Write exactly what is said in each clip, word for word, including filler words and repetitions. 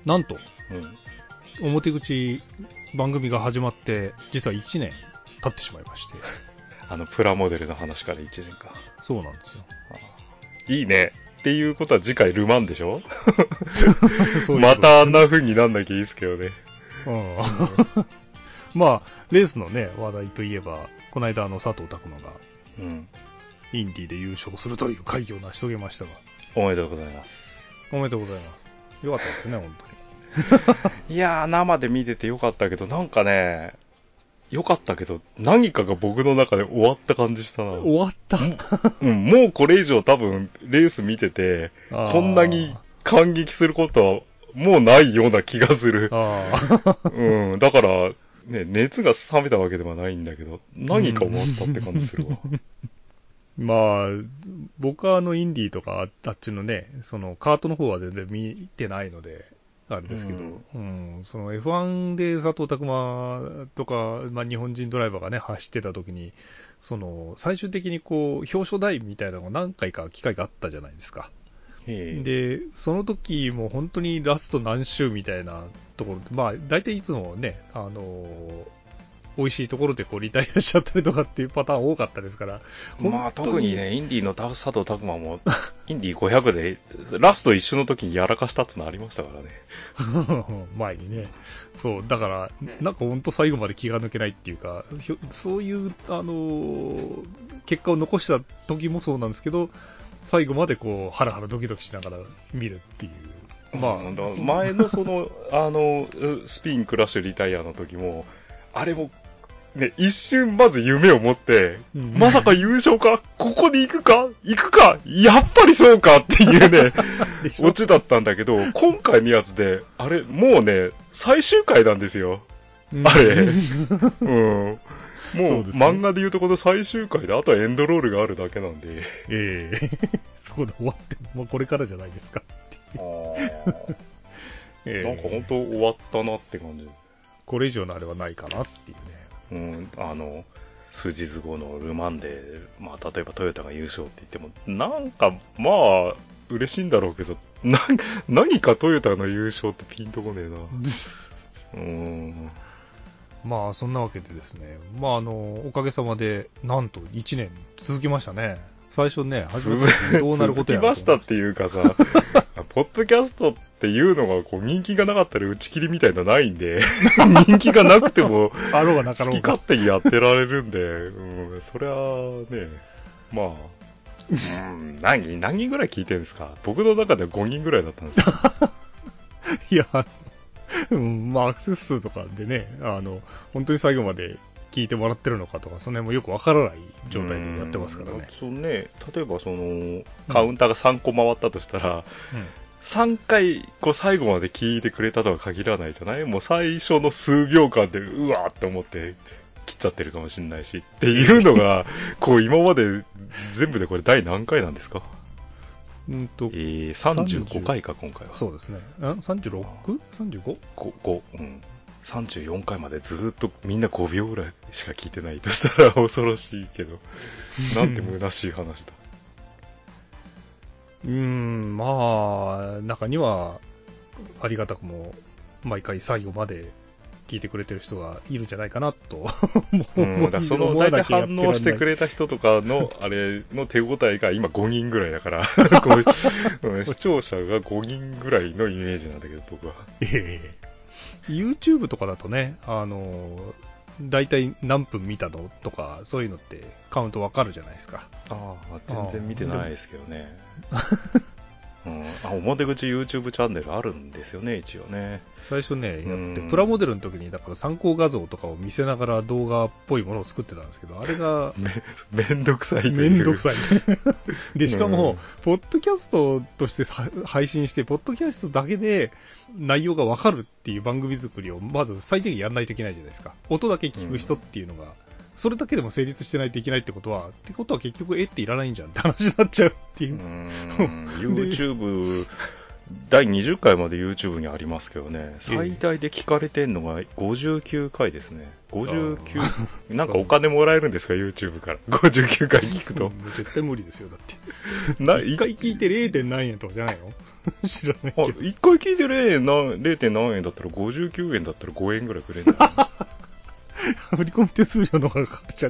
なんと、 うん、 表口番組が始まって実はいちねん経ってしまいまして。 あのプラモデルの話からいちねんか。 そうなんですよ。 あいいねっていうことは次回ルマンでしょそういうことですね。 またあんな風になんなきゃいいですけどね。 うん、まあレースのね話題といえば、この間あの佐藤拓磨がインディで優勝するという快挙を成し遂げましたが、 うん、おめでとうございます。 おめでとうございます。よかったですよね本当に。いやー生で見ててよかったけど、なんかねよかったけど何かが僕の中で終わった感じしたな。 終わった、 うん、もうこれ以上多分レース見ててこんなに感激することはもうないような気がする。あうん、だから、ね、熱が冷めたわけではないんだけど、何か終わったって感じするわ。 まあ、僕はあのインディーとかあっちのね、そのカートの方は全然見てないので、あれですけど、うん、うん、その エフワン で佐藤拓磨とか、まあ、日本人ドライバーがね、走ってた時に、その、最終的にこう、表彰台みたいなのが何回か機会があったじゃないですか。で、その時も本当にラスト何周みたいなところ、まあ、大体いつもね、あの、美味しいところでこうリタイアしちゃったりとかっていうパターン多かったですから。 まあ特にね、インディの佐藤拓磨も、インディごひゃくでラスト一周の時にやらかしたってのありましたからね。 前にね。そう、だから、なんか本当最後まで気が抜けないっていうか、そういう、あのー、結果を残した時もそうなんですけど、最後までこう、ハラハラドキドキしながら見るっていう。まあ、 前のその、あの、スピンクラッシュリタイアの時も、あれも、ね、一瞬まず夢を持って、うん、まさか優勝かここに行くか行くかやっぱりそうかっていうね、オチだったんだけど、今回のやつで、あれ、もうね、最終回なんですよ。うん、あれ。うん。もう、漫画で言うとこの最終回で、あとはエンドロールがあるだけなんで。 ええー、そうだ、終わって、もうこれからじゃないですかっていう。 あえー、なんか本当終わったなって感じ。 これ以上のあれはないかなっていうね。 うん、あの、数日後のルマンで、まあ、例えばトヨタが優勝って言っても、なんか、まあ、嬉しいんだろうけど、な、何かトヨタの優勝ってピンとこねえな。うーん。 まあ、そんなわけでですね、まあ、あの、おかげさまで、なんといちねん続きましたね。最初ね、始めてどうなることや続きましたっていうかさ、ポッドキャストっていうのがこう人気がなかったら打ち切りみたいなのないんで、人気がなくてもあろうがなかろうが好き勝手にやってられるんで、うん、そりゃあね、まあ、うん、何人、何人ぐらい聞いてるんですか？僕の中ではごにんぐらいだったんですよ。 いや、うん、まあアクセス数とかでね、あの、本当に最後まで聞いてもらってるのかとか、その辺もよくわからない状態でやってますからね。 そうね、例えばその、カウンターがさんこ回ったとしたら、うん、さんかいこう最後まで聞いてくれたとは限らないじゃない？もう最初の数秒間でうわーって思って切っちゃってるかもしれないしっていうのがこう今まで全部でこれ第何回なんですか？ うんと、 えー、さんじゅうごかいか今回は。 そうですね。さんじゅうろく？ さんじゅうご？ ご、ご、うん。さんじゅうよんかいまでずっとみんなごびょうぐらいしか聞いてないとしたら恐ろしいけど、なんて虚しい話だ。 うーん、まあ、中には、ありがたくも、毎回最後まで聞いてくれてる人がいるんじゃないかなと。 うん、だその大体反応してくれた人とかの、あれの手応えが今ごにんぐらいだから視聴者がごにんぐらいのイメージなんだけど、僕は。 ええー。YouTube とかだとね、あの、大体何分見たのとか、そういうのってカウントわかるじゃないですか。 ああ、全然見てないですけどね。うん、あ、表口 YouTube チャンネルあるんですよね、一応ね。 最初ね、やって、プラモデルの時に、だから参考画像とかを見せながら動画っぽいものを作ってたんですけど、あれが、 め、めんどくさいという。 めんどくさい。で、しかも、ポッドキャストとして配信して、ポッドキャストだけで内容がわかるっていう番組作りを、まず最低限やらないといけないじゃないですか。音だけ聞く人っていうのが、それだけでも成立してないといけないってことは、ってことは結局、絵っていらないんじゃんって話になっちゃうっていう。うーんYouTube だいにじゅっかいまで YouTube にありますけどね、最大で聞かれてんのがごじゅうきゅうかいですね。ごじゅうきゅう、なんかお金もらえるんですか YouTube から。ごじゅうきゅうかい聞くと。 絶対無理ですよ、だって。な、いっかい聞いて れい. 何円とかじゃないの知らないけど。 いっかい聞いて れい. 何円だったらごじゅうきゅうえんだったらごえんぐらいくれるんですよ、ね。 振り込み手数料の方がかかっちゃう。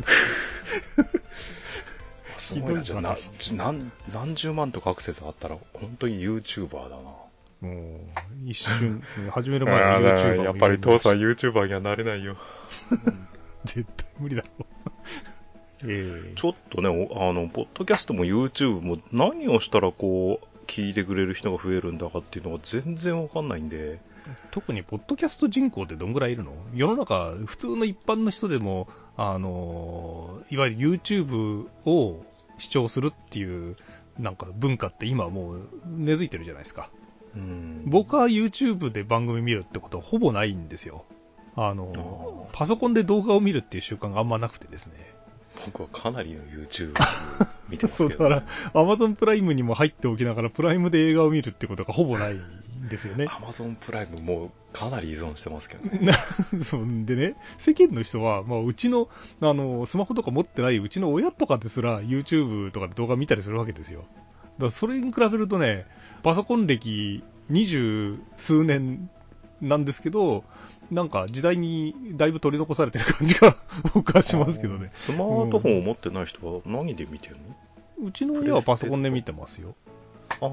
すごいな、じゃあな何、何十万とかアクセスあったら本当に YouTuber だな。 もう、一瞬、始める前は YouTuber。 やっぱり父さん YouTuber にはなれないよ。 絶対無理だろう。 えー、ちょっとね、あの、ポッドキャストも YouTube も何をしたらこう、聞いてくれる人が増えるんだかっていうのが全然わかんないんで。 特にポッドキャスト人口ってどんぐらいいるの？世の中、普通の一般の人でも、あの、いわゆる YouTube を視聴するっていう、なんか文化って今もう根付いてるじゃないですか。うん、僕は YouTube で番組見るってことはほぼないんですよ。あの、パソコンで動画を見るっていう習慣があんまなくてですね。 僕はかなりの YouTube 見てますけど、ね、 そうだから、Amazon プライムにも入っておきながら、プライムで映画を見るってことがほぼないんですよね。 Amazon プライムもかなり依存してますけどね。 そうでね、世間の人は、まあ、うちの、あの、スマホとか持ってないうちの親とかですら、YouTube とかで動画見たりするわけですよ。だからそれに比べるとね、パソコン歴二十数年なんですけど、なんか時代にだいぶ取り残されてる感じが僕はしますけどね。 スマートフォンを持ってない人は何で見てるの？ うちの親はパソコンで見てますよ。 あ、うん、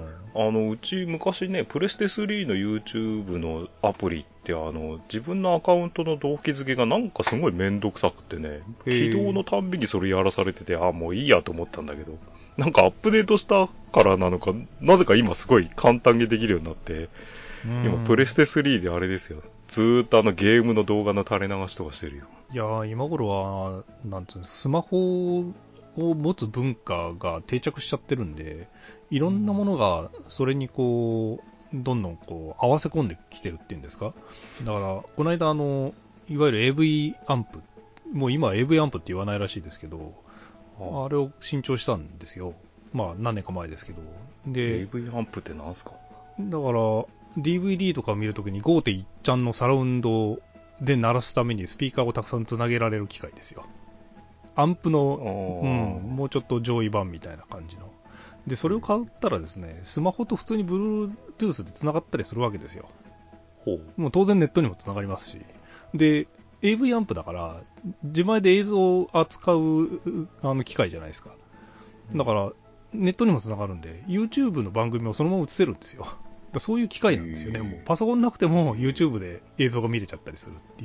あのうち昔ね、プレステスリーの YouTube のアプリってあの自分のアカウントの同期付けがなんかすごいめんどくさくてね、起動のたんびにそれやらされてて、あもういいやと思ったんだけど、なんかアップデートしたからなのか、なぜか今すごい簡単にできるようになって、今プレステスリーであれですよ、ずーっとあのゲームの動画の垂れ流しとかしてるよ。 いやー、今頃はなんつうの、スマホを持つ文化が定着しちゃってるんで、いろんなものがそれにこうどんどんこう合わせ込んできてるっていうんですか。だからこの間あのいわゆる エーブイ アンプ、もう今は エーブイ アンプって言わないらしいですけど、あ, あれを新調したんですよ。まあ何年か前ですけど。でエーブイ アンプってなんすか？ だから ディーブイディー とかを見るときに ごてんいち ちゃんのサラウンドで鳴らすためにスピーカーをたくさんつなげられる機械ですよ。アンプの、うん、もうちょっと上位版みたいな感じの。で、それを買ったらですね、スマホと普通に Bluetooth で繋がったりするわけですよ。ほう。もう当然ネットにも繋がりますし。で、エーブイ アンプだから、自前で映像を扱うあの機械じゃないですか。だから、ネットにも繋がるんで、YouTube の番組をそのまま映せるんですよ。だそういう機械なんですよね。もうパソコンなくても YouTube で映像が見れちゃったりするっていう。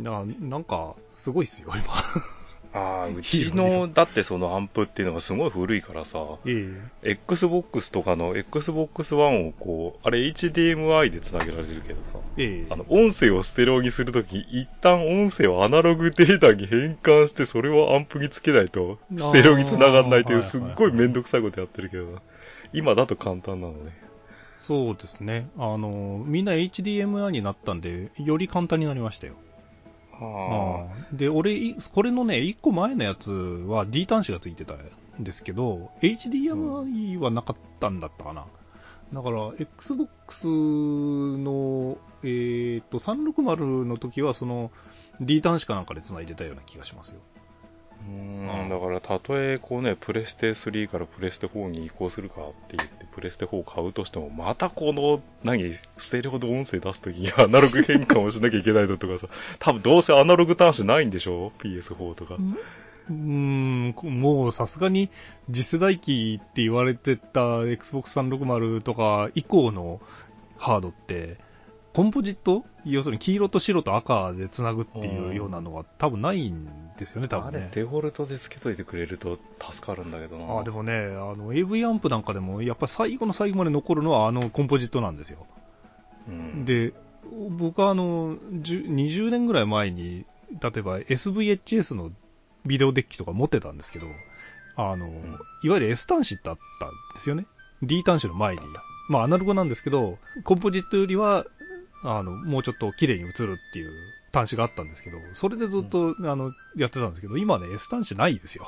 な, なんか、すごいっすよ、今。 ああ、うちの、だってそのアンプっていうのがすごい古いからさ、ええ、Xbox とかの エックスボックスワン をこう、あれ エイチディーエムアイ で繋げられるけどさ、ええ、あの、音声をステレオにするとき、一旦音声をアナログデータに変換して、それをアンプにつけないと、ステレオに繋がんないという、すっごいめんどくさいことやってるけどな。今だと簡単なのね。 そうですね。あの、みんな エイチディーエムアイ になったんで、より簡単になりましたよ。はあ、で、俺、これのね、いっこまえのやつは D 端子がついてたんですけど、エイチディーエムアイ はなかったんだったかな。だから、Xbox の、えー、っと、さんびゃくろくじゅうの時は、その、D 端子かなんかで繋いでたような気がしますよ。 うーん、だから、たとえ、こうね、プレステスリーからプレステフォーに移行するかって言って、プレステフォーを買うとしても、またこの、何、ステレオで音声出すときにアナログ変換をしなきゃいけないのとかさ、多分どうせアナログ端子ないんでしょ ?ピーエスフォー とか。 うーん、もうさすがに次世代機って言われてた Xbox さんびゃくろくじゅうとか以降のハードって、コンポジット、要するに黄色と白と赤でつなぐっていうようなのは多分ないんですよね、多分ね。 あれデフォルトで付けといてくれると助かるんだけどな。 あ、でもね、あの エーブイ アンプなんかでもやっぱ最後の最後まで残るのはあのコンポジットなんですよ。うん、で、僕はあのにじゅうねんぐらい前に例えば エスブイエイチエス のビデオデッキとか持ってたんですけど、あの、うん、いわゆる S 端子ってあったんですよね。D 端子の前に。まあアナログなんですけど、コンポジットよりはあの、もうちょっと綺麗に映るっていう端子があったんですけど、それでずっと、うん、あの、やってたんですけど、今ね、S 端子ないですよ。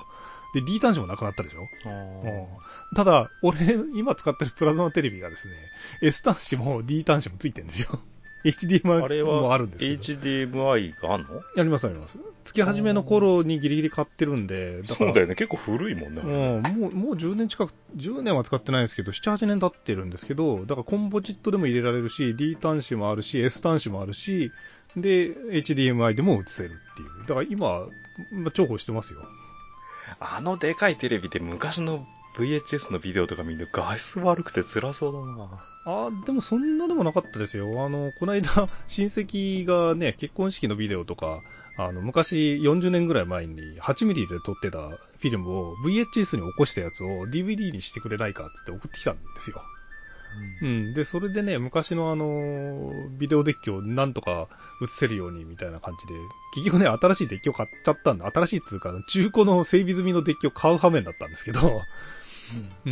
で、D 端子もなくなったでしょ。 あうんただ、俺、今使ってるプラズマテレビがですね、S 端子も D 端子もついてるんですよ。エイチディーエムアイあれもはあるんですけど。 エイチディーエムアイ があんの？ ありますあります。月始めの頃にギリギリ買ってるんで、だからそうだよね。結構古いもんね。 うん、もう、もうじゅうねん近く、じゅうねんは使ってないですけど、なな、はちねん経ってるんですけど、だからコンポジットでも入れられるし、D 端子もあるし、S 端子もあるし、で、エイチディーエムアイ でも映せるっていう。だから今、まあ、重宝してますよ。 あのでかいテレビで昔の ブイエイチエス のビデオとか見ると画質悪くて辛そうだな。 あーでもそんなでもなかったですよ。あの、この間、親戚がね、結婚式のビデオとか、あの、昔よんじゅうねんぐらい前にはちミリで撮ってたフィルムを ブイエイチエス に起こしたやつを ディーブイディー にしてくれないかっつって送ってきたんですよ。うん。で、それでね、昔のあの、ビデオデッキをなんとか映せるようにみたいな感じで、結局ね、新しいデッキを買っちゃったんだ。新しいっつうか、中古の整備済みのデッキを買う羽目だったんですけど、うん。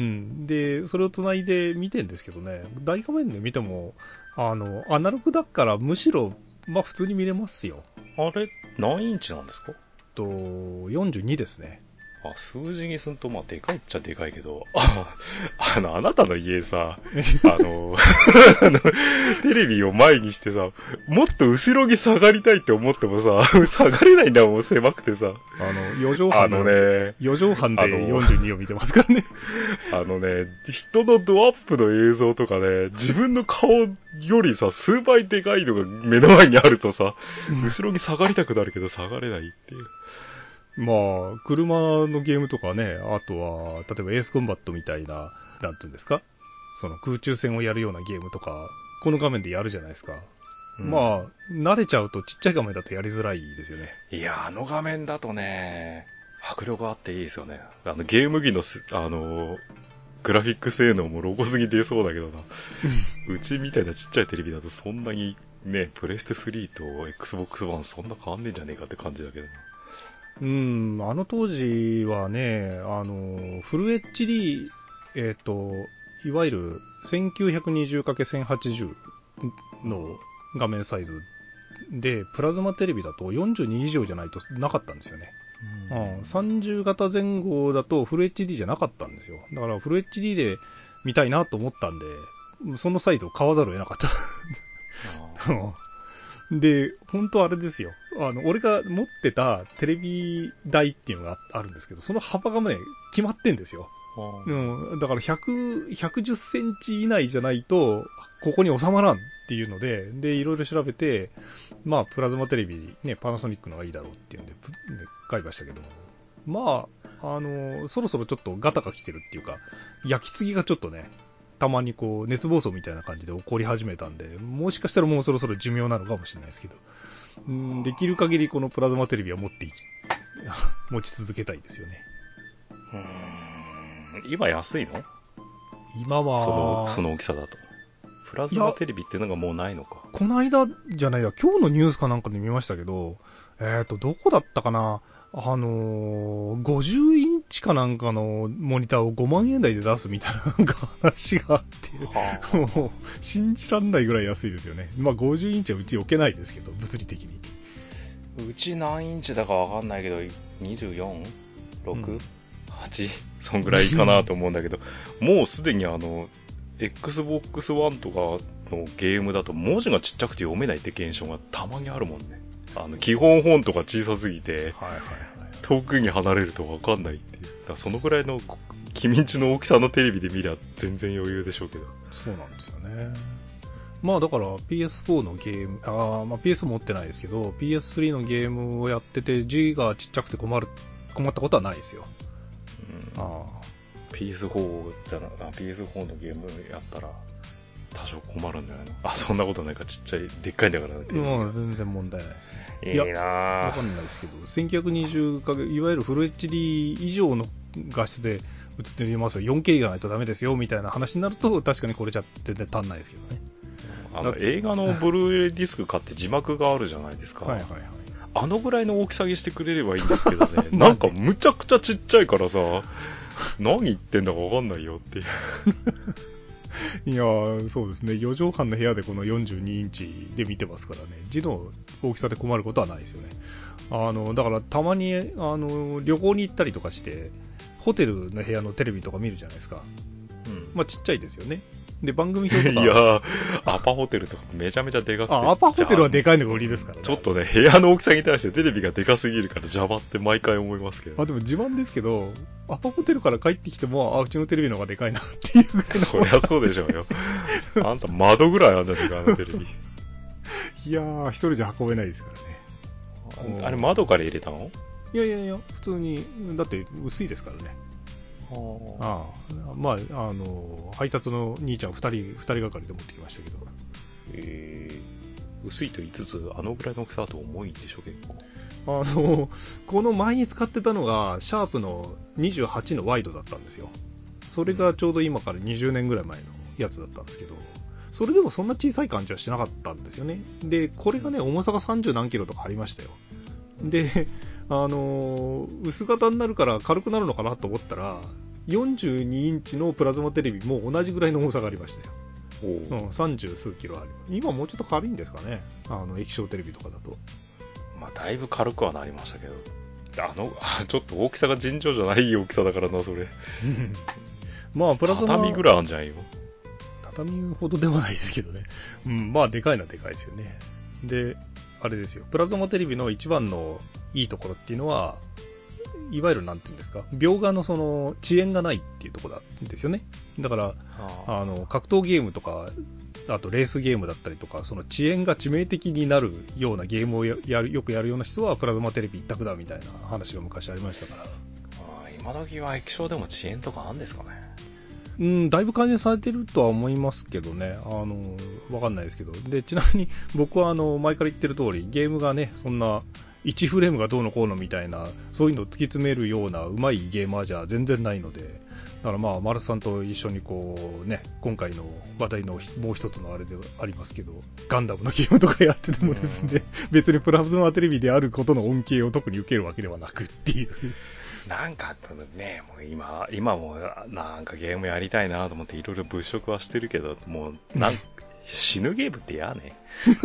で、それを繋いで見てんですけどね、大画面で見ても、あの、アナログだからむしろ、まあ普通に見れますよ。 あれ、何インチなんですか？ と、よんじゅうにですね。 あ、数字にすると、まあ、でかいっちゃでかいけど、あ、あの、あなたの家さ、あの、あの、テレビを前にしてさ、もっと後ろに下がりたいって思ってもさ、下がれないんだもん、狭くてさ。 あの、よ畳あ半のね、 よ畳半でよんじゅうにを見てますからね。 あのね、人のドアップの映像とかね、自分の顔よりさ、数倍でかいのが目の前にあるとさ、後ろに下がりたくなるけど下がれないっていう。 まあ、車のゲームとかね、あとは、例えばエースコンバットみたいな、なんていうんですか、その空中戦をやるようなゲームとか、この画面でやるじゃないですか。うん、まあ、慣れちゃうとちっちゃい画面だとやりづらいですよね。 いや、あの画面だとね、迫力あっていいですよね。あの、ゲーム機のす、あの、グラフィック性能もロゴすぎ出そうだけどな。うちみたいなちっちゃいテレビだとそんなにね、プレステスリーと Xbox One そんな変わんねえんじゃねえかって感じだけどな。 うん、あの当時はね、あの、フル エイチディー、えっと、いわゆる せんきゅうひゃくにじゅうかけるせんはちじゅう の画面サイズで、プラズマテレビだとよんじゅうに以上じゃないとなかったんですよね。うん、さんじゅう型前後だとフル エイチディー じゃなかったんですよ。だからフル エイチディー で見たいなと思ったんで、そのサイズを買わざるを得なかった。で、本当あれですよ。あの、俺が持ってたテレビ台っていうのがあるんですけど、その幅がね、決まってんですよ。うん、だからひゃく、ひゃくじゅっセンチ以内じゃないと、ここに収まらんっていうので、で、いろいろ調べて、まあ、プラズマテレビ、ね、パナソニックのがいいだろうっていうんで、ね、買いましたけど、まあ、あの、そろそろちょっとガタが来てるっていうか、焼き継ぎがちょっとね、たまにこう、熱暴走みたいな感じで起こり始めたんで、もしかしたらもうそろそろ寿命なのかもしれないですけど、うん、できる限りこのプラズマテレビは持っていき、持ち続けたいですよね。 うーん、今安いの？ 今は、 その、その大きさだと。プラズマテレビっていうのがもうないのか。 この間じゃないや、今日のニュースかなんかで見ましたけど、えっと、どこだったかな、あのー、ごじゅうインチかなんかのモニターをごまんえん台で出すみたいななんか話があって、もう、信じらんないぐらい安いですよね。まあ、ごじゅうインチはうち置けないですけど、物理的に。 うち何インチだかわかんないけど、にじゅうよん？ ろく？ はち？ そんぐらいかなと思うんだけど、もうすでにあの、Xbox One とかのゲームだと文字がちっちゃくて読めないって現象がたまにあるもんね。あの、基本フォントが小さすぎて、はいはいはい、遠くに離れるとわかんないっていう。だからそのぐらいの君んちの大きさのテレビで見りゃ全然余裕でしょうけど。 そうなんですよね。まあだから ピーエスフォー のゲーム、あまあ ピーエスフォー 持ってないですけど、ピーエススリー のゲームをやってて字がちっちゃくて困る、困ったことはないですよ。 うん、あ ピーエスフォー じゃな、ピーエスフォー のゲームやったら多少困るんじゃないの？あ、そんなことないか、ちっちゃい、でっかいんだからね。 もう全然問題ないですね。 いいなぁ。 わかんないですけど、せんきゅうひゃくにじゅうかける、いわゆるフル エイチディー 以上の画質で映ってみますよ。よんケー がないとダメですよ、みたいな話になると、確かにこれじゃ全然足んないですけどね。 あの、映画のブルーレイディスク買って字幕があるじゃないですか。はいはいはい。あのぐらいの大きさにしてくれればいいんですけどね。なんかむちゃくちゃちっちゃいからさ、何言ってんだかわかんないよっていう。 いやー、そうですね。よじはんの部屋でこのよんじゅうにインチで見てますからね。字の大きさで困ることはないですよね。あの、だからたまに、あの、旅行に行ったりとかして、ホテルの部屋のテレビとか見るじゃないですか。うん。まあちっちゃいですよね。で、番組表とか。 いやー、アパホテルとかめちゃめちゃでかくて。 あ、アパホテルはでかいのが売りですからね。 ちょっとね、部屋の大きさに対してテレビがでかすぎるから邪魔って毎回思いますけど。 あ、でも自慢ですけど、アパホテルから帰ってきても、あ、うちのテレビの方がでかいなっていうぐらいの。 そりゃそうでしょうよ。あんた窓ぐらいあんじゃねえか、あのテレビ。 いやー、一人じゃ運べないですからね。あ, あれ窓から入れたの？ いやいやいや、普通に、だって薄いですからね。ああ、まあ、あの、配達の兄ちゃん二人、二人がかりで持ってきましたけど。 えー、薄いと言いつつ、あのぐらいの大きさだと重いんでしょ、結構。 あの、この前に使ってたのが、シャープのにじゅうはちのワイドだったんですよ。それがちょうど今からにじゅうねんぐらい前のやつだったんですけど、それでもそんな小さい感じはしなかったんですよね。で、これがね、重さがさんじゅう何キロとかありましたよ。で、あのー、薄型になるから軽くなるのかなと思ったら、よんじゅうにインチのプラズマテレビも同じぐらいの重さがありましたよ。うん、さんじゅう数キロある。今もうちょっと軽いんですかね。あの、液晶テレビとかだと。 まあ、だいぶ軽くはなりましたけど。あの、ちょっと大きさが尋常じゃない大きさだからな、それ。 まあ、プラズマ。 畳ぐらいあるんじゃないよ。 畳ほどではないですけどね。うん、まあ、でかいのはでかいですよね。で、あれですよ。プラズマテレビの一番のいいところっていうのは、いわゆるなんていうんですか、描画のその遅延がないっていうところなんですよね。だから、あの、格闘ゲームとか、あとレースゲームだったりとか、その遅延が致命的になるようなゲームをやる、よくやるような人はプラズマテレビ一択だみたいな話が昔ありましたから。 あ、今時は液晶でも遅延とかあるんですかね。 うん、だいぶ改善されてるとは思いますけどね。あの、わかんないですけど。で、ちなみに僕はあの、前から言ってる通り、ゲームがね、そんないちフレームがどうのこうのみたいな、そういうのを突き詰めるようなうまいゲーマーじゃ全然ないので、だからまあ、丸さんと一緒にこうね、今回の話題のもう一つのあれではありますけど、ガンダムのゲームとかやっててもですね、別にプラズマテレビであることの恩恵を特に受けるわけではなくっていう。 なんかね、もう今、今もなんかゲームやりたいなと思っていろいろ物色はしてるけど、もうなん死ぬゲームって嫌ね。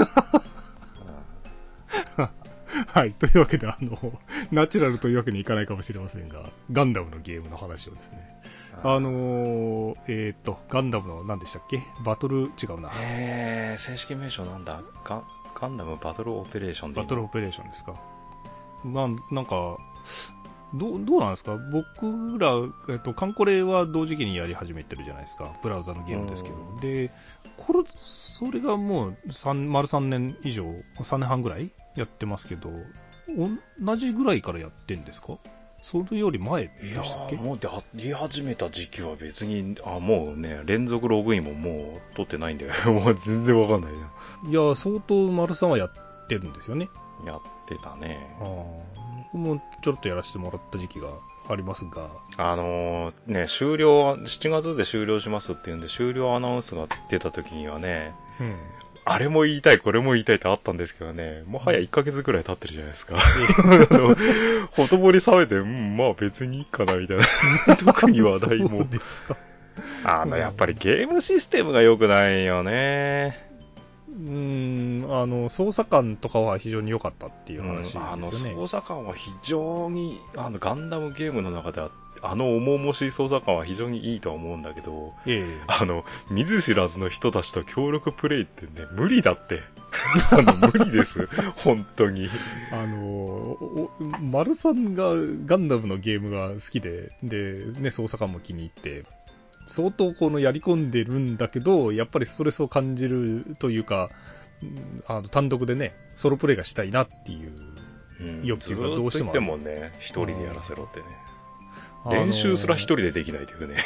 はい。というわけで、あの、ナチュラルというわけにいかないかもしれませんが、ガンダムのゲームの話をですね。あのー、えー、っと、ガンダムの何でしたっけ？バトル、違うな。 えー、正式名称なんだ？ガガンダムバトルオペレーションでいいの？ バトルオペレーションですか。まあ、なんか、どう、どうなんですか？僕ら、えっと、カンコレは同時期にやり始めてるじゃないですか。ブラウザのゲームですけど。で、これ、それがもう3、丸さんねん以上、さんねんはんぐらいやってますけど、同じぐらいからやってんですか？それより前でしたっけ？ いやもうやり始めた時期は別に、あ、もうね、連続ログインももう取ってないんだよ。もう全然わかんないな。 いや、相当丸さんはやってるんですよね。 やってたね。 ああ、僕もちょろっとやらせてもらった時期がありますが。 あのー、ね、終了、しちがつで終了しますっていうんで、終了アナウンスが出た時にはね、うん、あれも言いたい、これも言いたいってあったんですけどね、もはやいっかげつくらい経ってるじゃないですか。あの、ほとぼり冷めて、うん、まあ別にいいかな、みたいな。特に話題も。あの、やっぱりゲームシステムが良くないよね。 うーん、あの、操作感とかは非常に良かったっていう話ですよね。うん、 あの、操作感は非常に、あの、ガンダムゲームの中では、あの重々しい操作感は非常にいいとは思うんだけど、ええ、あの、見ず知らずの人たちと協力プレイってね、無理だって。あの、無理です。本当に。 あの、丸さんがガンダムのゲームが好きで、で、ね、操作感も気に入って、相当このやり込んでるんだけど、やっぱりストレスを感じるというか、あの単独でね、ソロプレイがしたいなっていう欲求がどうしてもある。 ずっと言ってもね、一人でやらせろってね。練習すら一人でできないというね。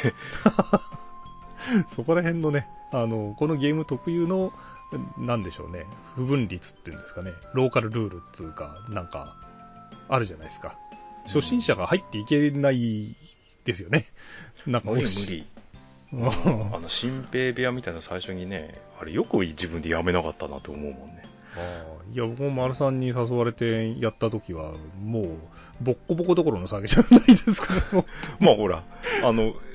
そこら辺のね、あの、このゲーム特有の、なんでしょうね、不分率っていうんですかね、ローカルルールっつうか、なんか、あるじゃないですか。初心者が入っていけないですよね。 なんか無理無理。あの、新兵部屋みたいな最初にね、あれよく自分でやめなかったなと思うもんね。 あいや、僕も丸さんに誘われてやった時は、もう、ボッコボコどころの下げじゃないですかね。 まあほら、あの、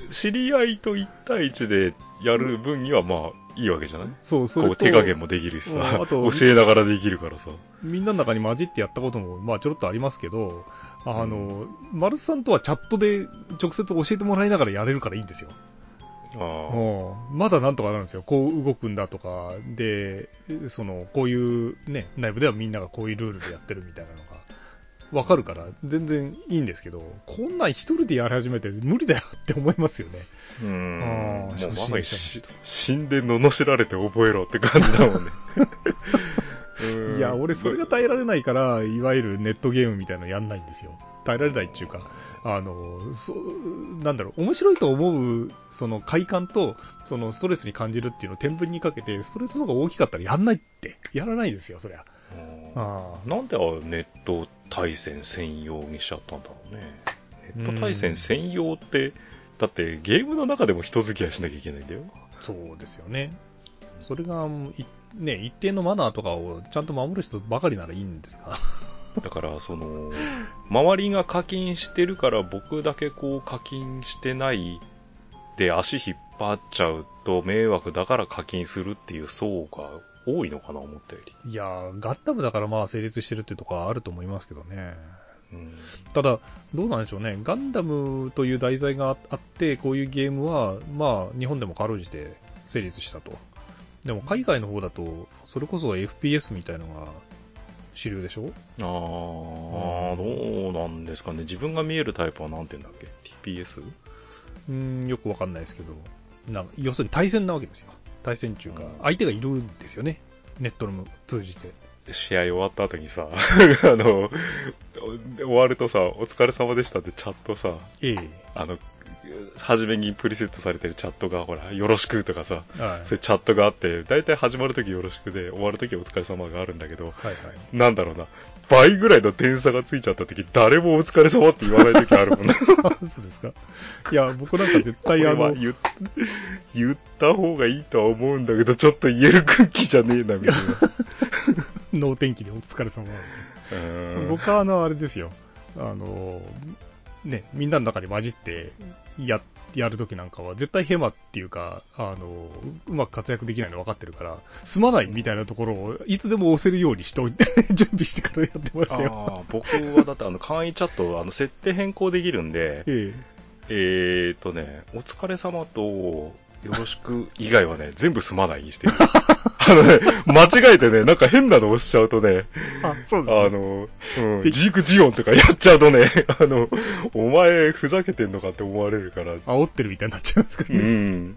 知り合いといち対いちでやる分にはまあいいわけじゃない？ そう、それとこう手加減もできるしさ、 あと教えながらできるからさ。 みんなの中に混じってやったこともまあちょろっとありますけど、あの、うん、マルスさんとはチャットで直接教えてもらいながらやれるからいいんですよ。あまだなんとかなるんですよ。こう動くんだとか、で、その、こういうね、内部ではみんながこういうルールでやってるみたいなのがわかるから全然いいんですけど、こんなん一人でやり始めて無理だよって思いますよね。 うーん。もうまさに死んで罵られて覚えろって感じだもんね。 いや、俺それが耐えられないから、いわゆるネットゲームみたいなのやんないんですよ。耐えられないっていうか、あの、そなんだろう、面白いと思う、その快感と、そのストレスに感じるっていうのを天秤にかけて、ストレスの方が大きかったらやんないって、やらないですよ、そりゃ。 あなんでネット対戦専用にしちゃったんだろうね。ネット対戦専用って、だってゲームの中でも人付き合いしなきゃいけないんだよ。 そうですよね。それが、ね、一定のマナーとかをちゃんと守る人ばかりならいいんですが。 だから、その、周りが課金してるから僕だけこう課金してないで足引っ張っちゃうと迷惑だから課金するっていう層が多いのかな、思ったより。 いやー、ガンダムだからまあ成立してるっていうところはあると思いますけどね。 うん、 ただ、どうなんでしょうね。ガンダムという題材があって、こういうゲームは、まあ、日本でもかろうじて成立したと。でも海外の方だと、それこそ エフピーエス みたいのが主流でしょ？ ああ、どうなんですかね。自分が見えるタイプは何て言うんだっけ？ ティーピーエス？ うーん、よくわかんないですけど、な要するに対戦なわけですよ。対戦中か、相手がいるんですよね。ネットの通じて。 試合終わった後にさ、あの、終わるとさ、お疲れ様でしたってチャットさ、 ええ、あの、初めにプリセットされてるチャットが、ほら、よろしくとかさ、はい、そういうチャットがあって、だいたい始まるときよろしくで、終わるときお疲れ様があるんだけど、はいはい、なんだろうな、倍ぐらいの点差がついちゃったとき、誰もお疲れ様って言わないときあるもんね。 そうですか。いや、僕なんか絶対あの、 言っ、言った方がいいとは思うんだけど、ちょっと言える空気じゃねえな、みたいな。 脳天気でお疲れ様なんで。僕はあの、あれですよ。あの、ね、みんなの中に混じってや、やるときなんかは絶対ヘマっていうか、あの、うまく活躍できないの分かってるから、すまないみたいなところをいつでも押せるようにしておいて、準備してからやってましたよ。 あ僕はだってあの、簡易チャット、あの、設定変更できるんで、えええーっとね、お疲れ様と、よろしく以外はね、全部すまないにしてる。あのね、間違えてね、なんか変なの押しちゃうとね、 あ、そうですね。 あの、うん、ジークジオンとかやっちゃうとね、あの、お前ふざけてんのかって思われるから。 煽ってるみたいになっちゃうんですかね。 うん、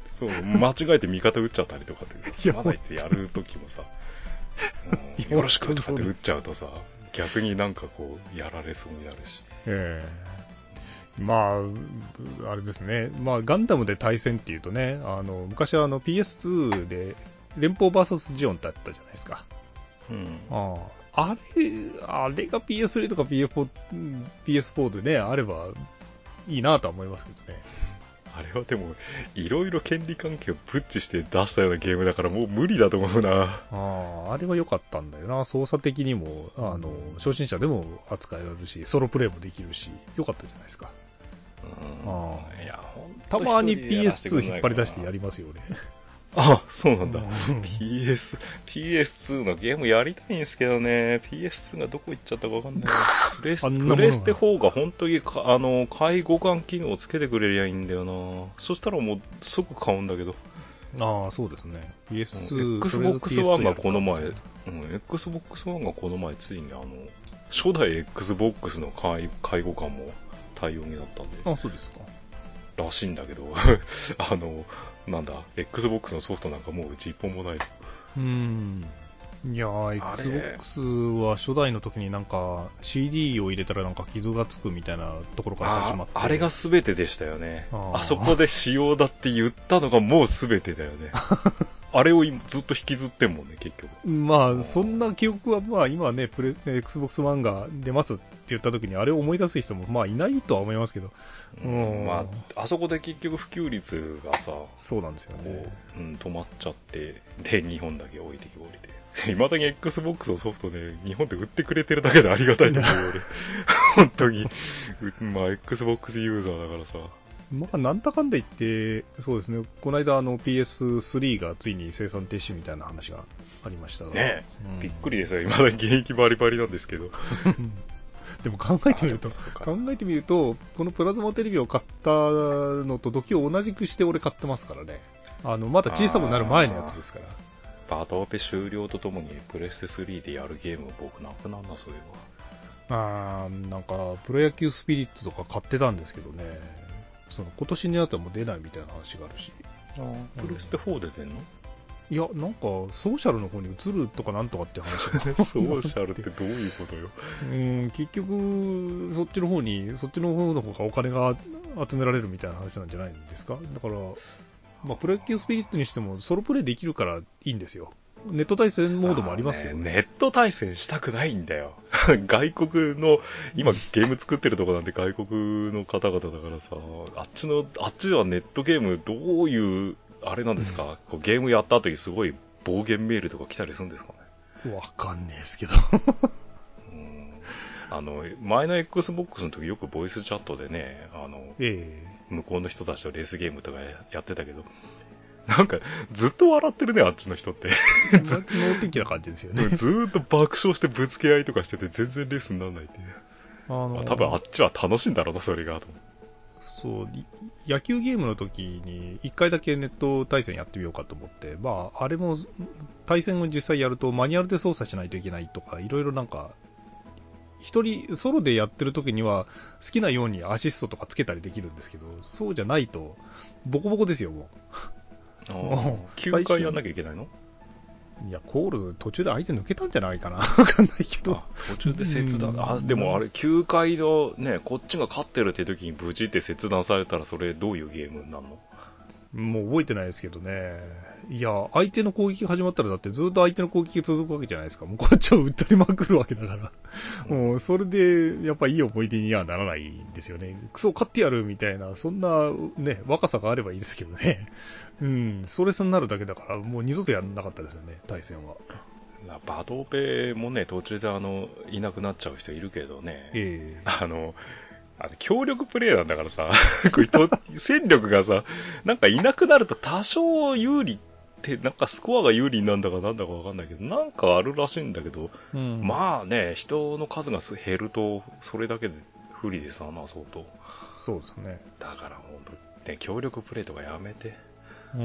そう、間違えて味方打っちゃったりとかって、すまないってやるときもさ、うん、よろしくとかって打っちゃうとさ、逆になんかこう、やられそうになるし。 ええーまあ、あれですね。まあ、ガンダムで対戦っていうとね、あの、昔はあの ピーエスツー で連邦 ブイエス ジオンってあったじゃないですか。 うん。 ああ、あれ、あれが ピーエススリー とか ピーエスフォー、ピーエスフォー でね、あればいいなとは思いますけどね。 あれはでも、いろいろ権利関係をブッチして出したようなゲームだからもう無理だと思うな。 ああ、あれは良かったんだよな。操作的にも、あの、初心者でも扱えられるし、ソロプレイもできるし、良かったじゃないですか。 うん、あいやたまに ピーエスツー 引っ張り出してやりますよね。 あ、そうなんだ。ピーエス、ピーエスツー のゲームやりたいんですけどね。ピーエスツー がどこ行っちゃったかわかんない。プレス、プレステフォーが本当にか、あの、介護官機能をつけてくれりゃいいんだよな。そしたらもう即買うんだけど。 ああ、そうですね。ピーエスツー、 うん、エックスボックスワン がこの前、うん、エックスボックスワン がこの前ついにあの、初代 Xbox の介介護官も対応になったんで。 あ、そうですか。 らしいんだけど、あの、なんだ、Xbox のソフトなんかもううち一本もない。 うーん。いやー、Xbox は初代の時になんか シーディー を入れたらなんか傷がつくみたいなところから始まって。 あ, あれが全てでしたよね。あ, あそこで仕様だって言ったのがもう全てだよね。あれをずっと引きずってんもんね、結局。 まあ、そんな記憶は、まあ今ね、プレ、Xbox One が出ますって言った時にあれを思い出す人もまあいないとは思いますけど。 うん、まあ、あそこで結局普及率がさ、 そうなんですよね。 うん、止まっちゃって、で、日本だけ置いてきぼりで。未だに Xbox のソフトで日本で売ってくれてるだけでありがたいと思うよ、俺。本当に。まあ、Xbox ユーザーだからさ。 まあ、なんだかんだ言って、そうですね、この間あの ピーエススリー がついに生産停止みたいな話がありましたが。 ねえ、 うん、 びっくりですよ。未だに現役バリバリなんですけど。 でも考えてみると、考えてみると、このプラズマテレビを買ったのと時を同じくして俺買ってますからね。あの、まだ小さくなる前のやつですから。 バトオペ終了とともにプレステスリーでやるゲーム僕なくなんな、そういえば。あー、なんか、プロ野球スピリッツとか買ってたんですけどね。その今年のやつはもう出ないみたいな話があるし。 あ、プレステフォーで出んの？ いや、なんか、ソーシャルの方に移るとかなんとかって話が。 ソーシャルってどういうことよ。 うん、結局、そっちの方に、そっちの方の方がお金が集められるみたいな話なんじゃないんですか。だから、まあ、プロ野球スピリッツにしてもソロプレイできるからいいんですよ。ネット対戦モードもありますけどね。 ね、ネット対戦したくないんだよ。外国の、今ゲーム作ってるとこなんて外国の方々だからさ、あっちの、あっちはネットゲームどういう、あれなんですか、うん、こうゲームやった後にすごい暴言メールとか来たりするんですかね。わかんねえですけど。 うん、あの、前の Xbox の時よくボイスチャットでね、あの、 ええ、向こうの人たちとレースゲームとかやってたけど、なんか、ずっと笑ってるね、あっちの人って。 能天気な感じですよね。 ずーっと爆笑してぶつけ合いとかしてて、全然レースにならないっていう。あのー、多分あっちは楽しいんだろうな、それが。 そう、野球ゲームの時に、一回だけネット対戦やってみようかと思って、まあ、あれも、対戦を実際やるとマニュアルで操作しないといけないとか、いろいろなんか、一人、ソロでやってる時には、好きなようにアシストとかつけたりできるんですけど、そうじゃないと、ボコボコですよ、もう。 きゅうかいやんなきゃいけないの？ いや、コール途中で相手抜けたんじゃないかな。わかんないけど。 途中で切断。あ、でもあれ、きゅうかいのね、こっちが勝ってるって時に無事って切断されたら、それどういうゲームになるの？ もう覚えてないですけどね。いや、相手の攻撃が始まったらだってずっと相手の攻撃が続くわけじゃないですか。もうこっちを打ったりまくるわけだから。うん、もうそれで、やっぱいい思い出にはならないんですよね。クソ勝ってやるみたいな、そんなね、若さがあればいいですけどね。うん、それになるだけだから、もう二度とやらなかったですよね、対戦は。 バドオペもね、途中であの、いなくなっちゃう人いるけどね。えー、あの、あの協力プレイなんだからさ、これ戦力がさ、なんかいなくなると多少有利って、なんかスコアが有利なんだかなんだかわかんないけど、なんかあるらしいんだけど、うん、まあね、人の数が減ると、それだけで不利でさ、まあ相当。 そうですね。 だから本当ね、協力プレイとかやめて。 うん。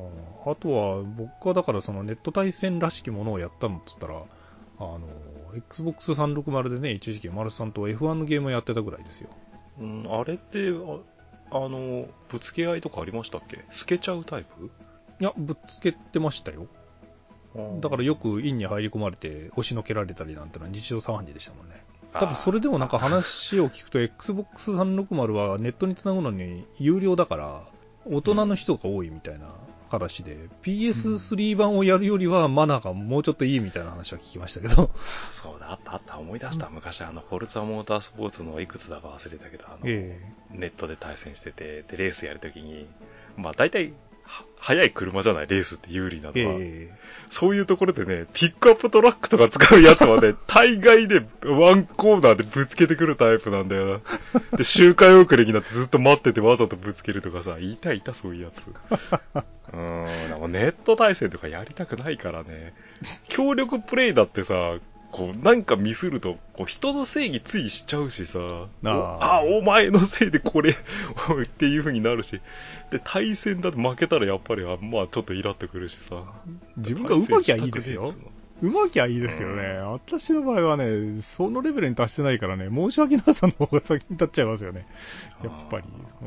あとは、僕はだからそのネット対戦らしきものをやったのっつったら、あの、エックスボックスさんびゃくろくじゅう でね、一時期マルさんと エフワン のゲームをやってたぐらいですよ。 うん、あれって、あ、あの、ぶつけ合いとかありましたっけ？透けちゃうタイプ？ いや、ぶつけてましたよ。だからよくインに入り込まれて押しのけられたりなんてのは日常茶飯事でしたもんね。ただそれでもなんか話を聞くと エックスボックスさんびゃくろくじゅう はネットにつなぐのに有料だから大人の人が多いみたいな話で、うん、ピーエススリー 版をやるよりはマナーがもうちょっといいみたいな話は聞きましたけど。 そうだ、あったあった、思い出した。うん、昔あの、フォルツァモータースポーツのいくつだか忘れたけど、あの、えー、ネットで対戦してて、で、レースやるときに、まあ大体、速い車じゃない、レースって有利なのは、えー、そういうところでね、ピックアップトラックとか使うやつはね、大概でワンコーナーでぶつけてくるタイプなんだよな。で、周回遅れになってずっと待っててわざとぶつけるとかさ、いたいたそういうやつ。うーん、でもネット対戦とかやりたくないからね。協力プレイだってさ、こう、なんかミスると、こう、人のせいについしちゃうしさ、ああ、お前のせいでこれ、っていう風になるし、で、対戦だと負けたらやっぱり、まあ、ちょっとイラってくるしさ。 自分が上手きゃいいですよ。上手きゃいいですけどね、うん、私の場合はね、そのレベルに達してないからね、申し訳なさの方が先に立っちゃいますよね。やっぱり。うん、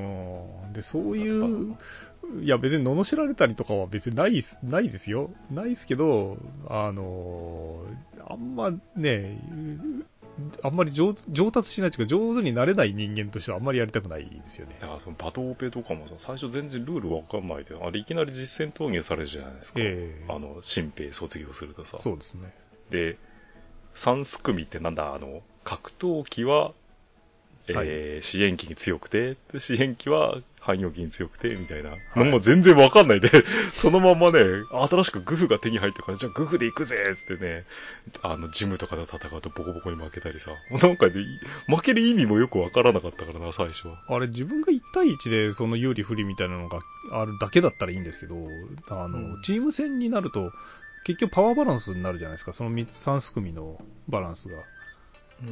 で、そういう、いや別に罵られたりとかは別にない、ないですよ。ないですけど、あのー、あんまね、あんまり 上, 上達しないというか上手になれない人間としてはあんまりやりたくないですよね。 だからそのバトオペとかもさ、最初全然ルールわかんないで、あれいきなり実践投入されるじゃないですか。えー、あの、新兵卒業するとさ。 そうですね。 で、三すくみってなんだ、あの、格闘機はえーはい、 支援機に強くて、支援機は汎用機に強くて、みたいな。はい、もう全然わかんないで、そのままね、新しくグフが手に入ってから、じゃあグフで行くぜっつってね、あの、ジムとかで戦うとボコボコに負けたりさ。なんかね、負ける意味もよくわからなかったからな、最初は。 あれ、自分がいち対いちでその有利不利みたいなのがあるだけだったらいいんですけど、あの、うん、チーム戦になると、結局パワーバランスになるじゃないですか、そのさん組のバランスが。うん、うん、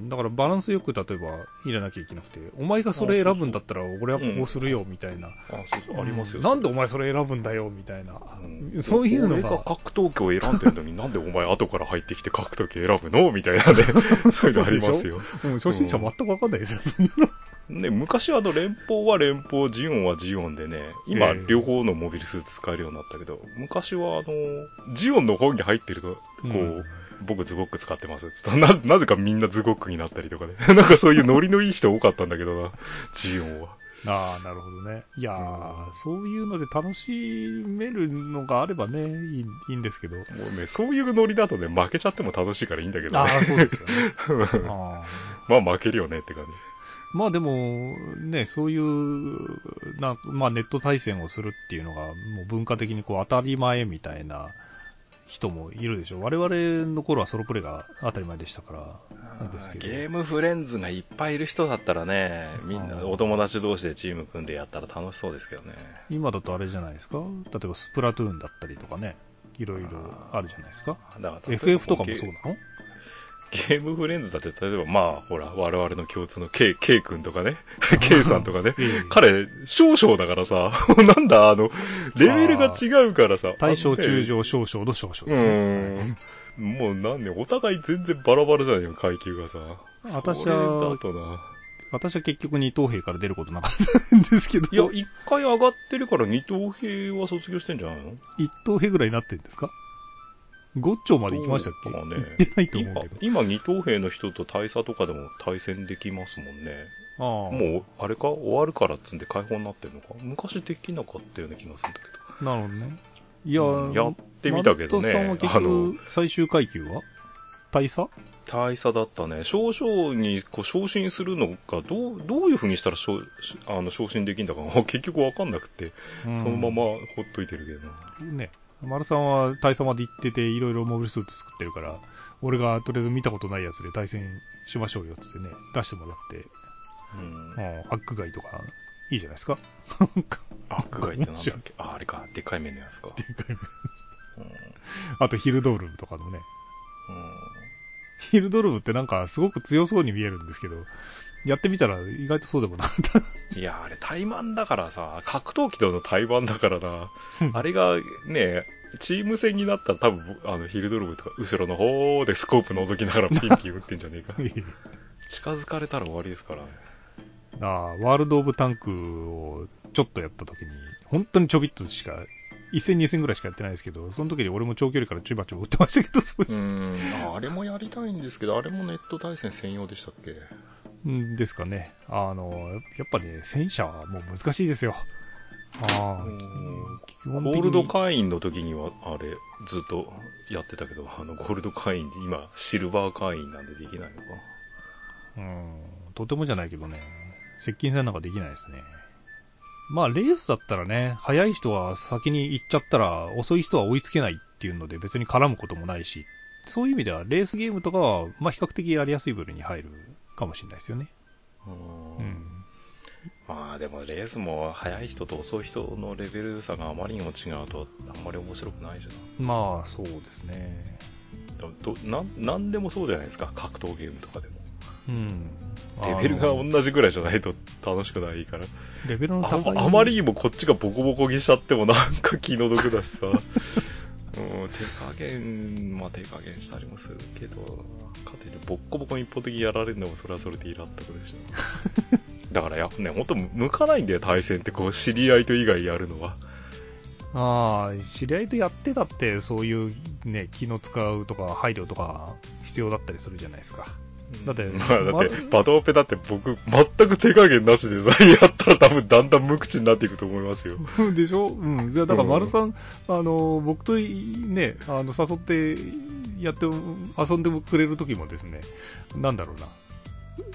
だからバランスよく例えば入れなきゃいけなくて、お前がそれ選ぶんだったら俺はこうするよみたいな、 うん、あ, そうありますよ、 なんでお前それ選ぶんだよみたいな、うん、そういうのが。 俺が格闘技を選んでるのになんでお前後から入ってきて格闘技選ぶのみたいなねそういうのありますよ。 うん、初心者全く分かんないですよ、 うん、ね、昔はあの連邦は連邦、ジオンはジオンでね、今両方のモビルスーツ使えるようになったけど、昔はあのジオンの方に入ってるとこう、うん僕ズゴック使ってますって言ったら な, なぜかみんなズゴックになったりとかね。なんかそういうノリのいい人多かったんだけどな、ジオンは。 ああ、なるほどね。いやー、うん、そういうので楽しめるのがあればね、いい、いいんですけど。もうね、そういうノリだとね、負けちゃっても楽しいからいいんだけどね。 ああ、そうですよね。 あまあ負けるよねって感じ。 まあでも、ね、そういう、なまあネット対戦をするっていうのが、もう文化的にこう当たり前みたいな人もいるでしょう。我々の頃はソロプレイが当たり前でしたからですけど。 ゲームフレンズがいっぱいいる人だったらね、みんなお友達同士でチーム組んでやったら楽しそうですけどね。 今だとあれじゃないですか。例えばスプラトゥーンだったりとかね、いろいろあるじゃないですか。だから エフエフ とかもそうなの？ ゲームフレンズだって例えばまあほら我々の共通の K, K 君とかね K さんとかね彼少々だからさなんだあのレベルが違うからさ大将中将少々の少々ですね。 うんもうなんねお互い全然バラバラじゃないよ階級がさ。 私はだとな私は結局二等兵から出ることなかったんですけど。 いや一回上がってるから二等兵は卒業してんじゃないの？ 一等兵ぐらいになってんですか？ご丁まで行きましたっけ？ ね、行ってないと思うけど。 今、今二等兵の人と大佐とかでも対戦できますもんね。あもう、あれか終わるからっつんで解放になってるのか昔できなかったような気がするんだけど。なるほどね。いや、 うん、やってみたけどね。 マルトさんは結局、最終階級は大佐？ 大佐だったね。少々にこう昇進するのがどう、どういう風にしたら昇あの昇進できるんだか結局わかんなくて、うん、そのままほっといてるけどな。 ね。丸さんは大佐まで行ってていろいろモビルスーツ作ってるから俺がとりあえず見たことないやつで対戦しましょうよっつってね出してもらって、うん、アックガイとかいいじゃないですか。 アックガイってなんだっけ？あ、あれかでっかい目のやつか。 でっかい目のやつ、うん、あとヒルドールブとかのね、うん、ヒルドールブってなんかすごく強そうに見えるんですけどやってみたら意外とそうでもなかったいやあれ対マンだからさ格闘技との対マンだからなあれがねチーム戦になったら多分あのヒルドルブとか後ろの方でスコープ覗きながらピンピン打ってんじゃねえか近づかれたら終わりですからね。 ああワールドオブタンクをちょっとやった時に本当にちょびっとしかいっ戦に戦ぐらいしかやってないですけどその時に俺も長距離からチュバチュバ打ってましたけどうーん あ, あれもやりたいんですけどあれもネット対戦専用でしたっけんですかね。あのやっぱりね戦車はもう難しいですよ。あゴールド会員の時にはあれずっとやってたけどあのゴールド会員今シルバー会員なんでできないのか。 うんとてもじゃないけどね接近戦なんかできないですね。まあレースだったらね速い人は先に行っちゃったら遅い人は追いつけないっていうので別に絡むこともないしそういう意味ではレースゲームとかはまあ比較的やりやすい部類に入るかもしれないですよね。 うん、まあでもレースも速い人と遅い人のレベル差があまりにも違うとあんまり面白くないじゃん。 まあそうですね。 どななんでもそうじゃないですか格闘ゲームとかでも。 うん、 レベルが同じぐらいじゃないと楽しくないから。 レベルの高いあ, あまりにもこっちがボコボコにしちゃってもなんか気の毒だしさ。うん、手加減、まあ手加減したりもするけど、かといってボッコボコに一方的にやられるのもそれはそれでイラッとくるしな。だからやっぱね、ほんと向かないんだよ対戦ってこう知り合いと以外やるのは。 ああ、知り合いとやってたってそういうね、気の使うとか配慮とか必要だったりするじゃないですか。だって、 まあ、だって、バトオペだって僕、全く手加減なしでさ、やったら多分だんだん無口になっていくと思いますよ。 でしょ？うん。だから丸さん、うん、あの、僕とね、あの、誘ってやって、遊んでくれる時もですね、なんだろうな。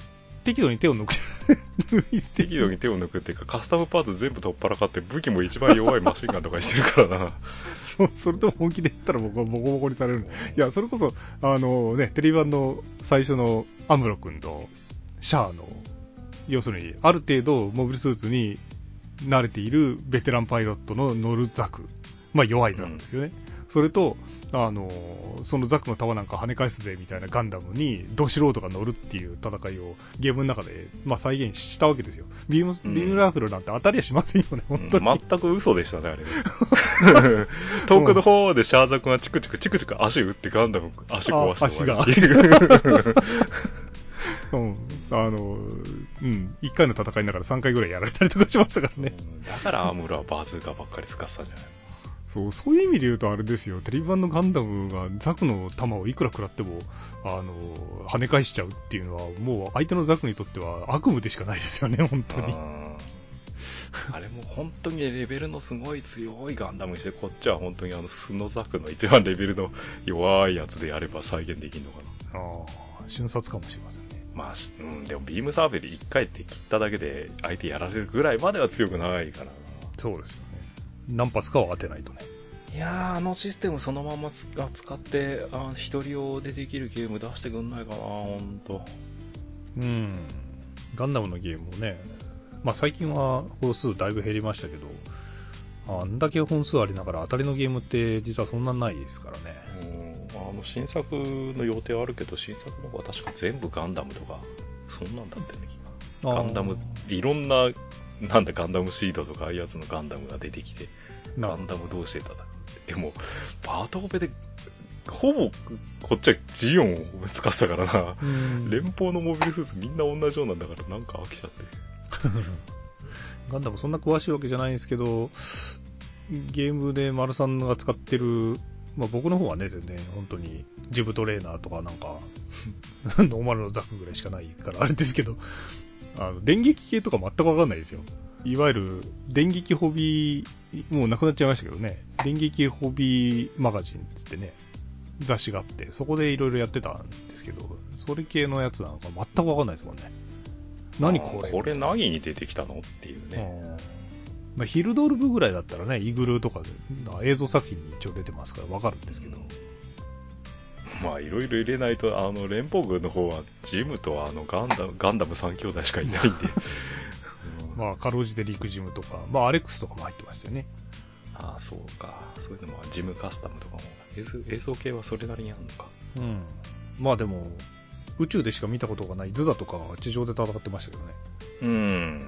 適度に手を抜く。 適度に手を抜くっていうか、カスタムパーツ全部取っ払かって武器も一番弱いマシンガンとかにしてるからな。 そう、それと本気で言ったら僕はボコボコにされる。いや、それこそ、あのね、テレビ版の最初のアムロ君とシャアの、要するに、ある程度モビルスーツに慣れているベテランパイロットの乗るザク。まあ弱いザクですよね。うん、それと、あのそのザクの弾なんか跳ね返すぜみたいなガンダムにド素人が乗るっていう戦いをゲームの中で、まあ、再現したわけですよ。ビーム、ビームライフルなんて当たりはしませんよね、うん、本当に。 全く嘘でしたね、あれ。遠くの方でシャーザクがチクチクチクチク足打ってガンダム足壊して終わりっていう。 うん、あの、うん、いっかいの戦いながらさんかいぐらいやられたりとかしましたからね。 うん、だからアムロはバズーカばっかり使ってたんじゃない。 そう、そういう意味で言うとあれですよ、テレビ版のガンダムがザクの弾をいくら食らっても、あの、跳ね返しちゃうっていうのは、もう相手のザクにとっては悪夢でしかないですよね、本当に。 あれも本当にレベルのすごい強いガンダムにして、こっちは本当にあのスノザクの一番レベルの弱いやつでやれば再現できるのかな。 ああ、瞬殺かもしれませんね。 まあ、うん、でもビームサーベルいっかいって切っただけで相手やられるぐらいまでは強くないからな。 そうですよね。何発かは当てないとね。 いやー、あのシステムそのまま使って、あ一人用でできるゲーム出してくんないかな、ほんと。 うん。ガンダムのゲームもね、まあ最近は本数だいぶ減りましたけど、あんだけ本数ありながら当たりのゲームって実はそんなないですからね。 うん、あの新作の予定はあるけど、新作の方は確か全部ガンダムとか、そんなんだったよね、ガンダム、いろんな、なんだガンダムシードとかああいうやつのガンダムが出てきて、ガンダムどうしてただ。でも、パートオペで、ほぼ、こっちはジオンを使ってたからな。連邦のモビルスーツみんな同じようなんだからなんか飽きちゃって。 ガンダムそんな詳しいわけじゃないんですけど、ゲームで丸さんが使ってる、まあ僕の方はね、全然本当にジブトレーナーとかなんか、ノーマルのザクぐらいしかないからあれですけど、あの、電撃系とか全くわかんないですよ。いわゆる、電撃ホビー、もうなくなっちゃいましたけどね、電撃ホビーマガジンつってね、雑誌があって、そこでいろいろやってたんですけど、それ系のやつなんか全くわかんないですもんね。何これこれ何に出てきたのっていうね。 まあ、ヒルドルブぐらいだったらね、イグルとかで映像作品に一応出てますからわかるんですけど。 うん、まあいろいろ入れないと、あの、連邦軍の方はジムとあのガンダム、ガンダムさん兄弟しかいないんで。 まあ、かろうじてリクジムとか、まあ、アレックスとかも入ってましたよね。 ああ、そうか。そういうのも、ジムカスタムとかも、映像系はそれなりにあるのか。 うん。まあでも、宇宙でしか見たことがないズザとかは地上で戦ってましたけどね。 うん、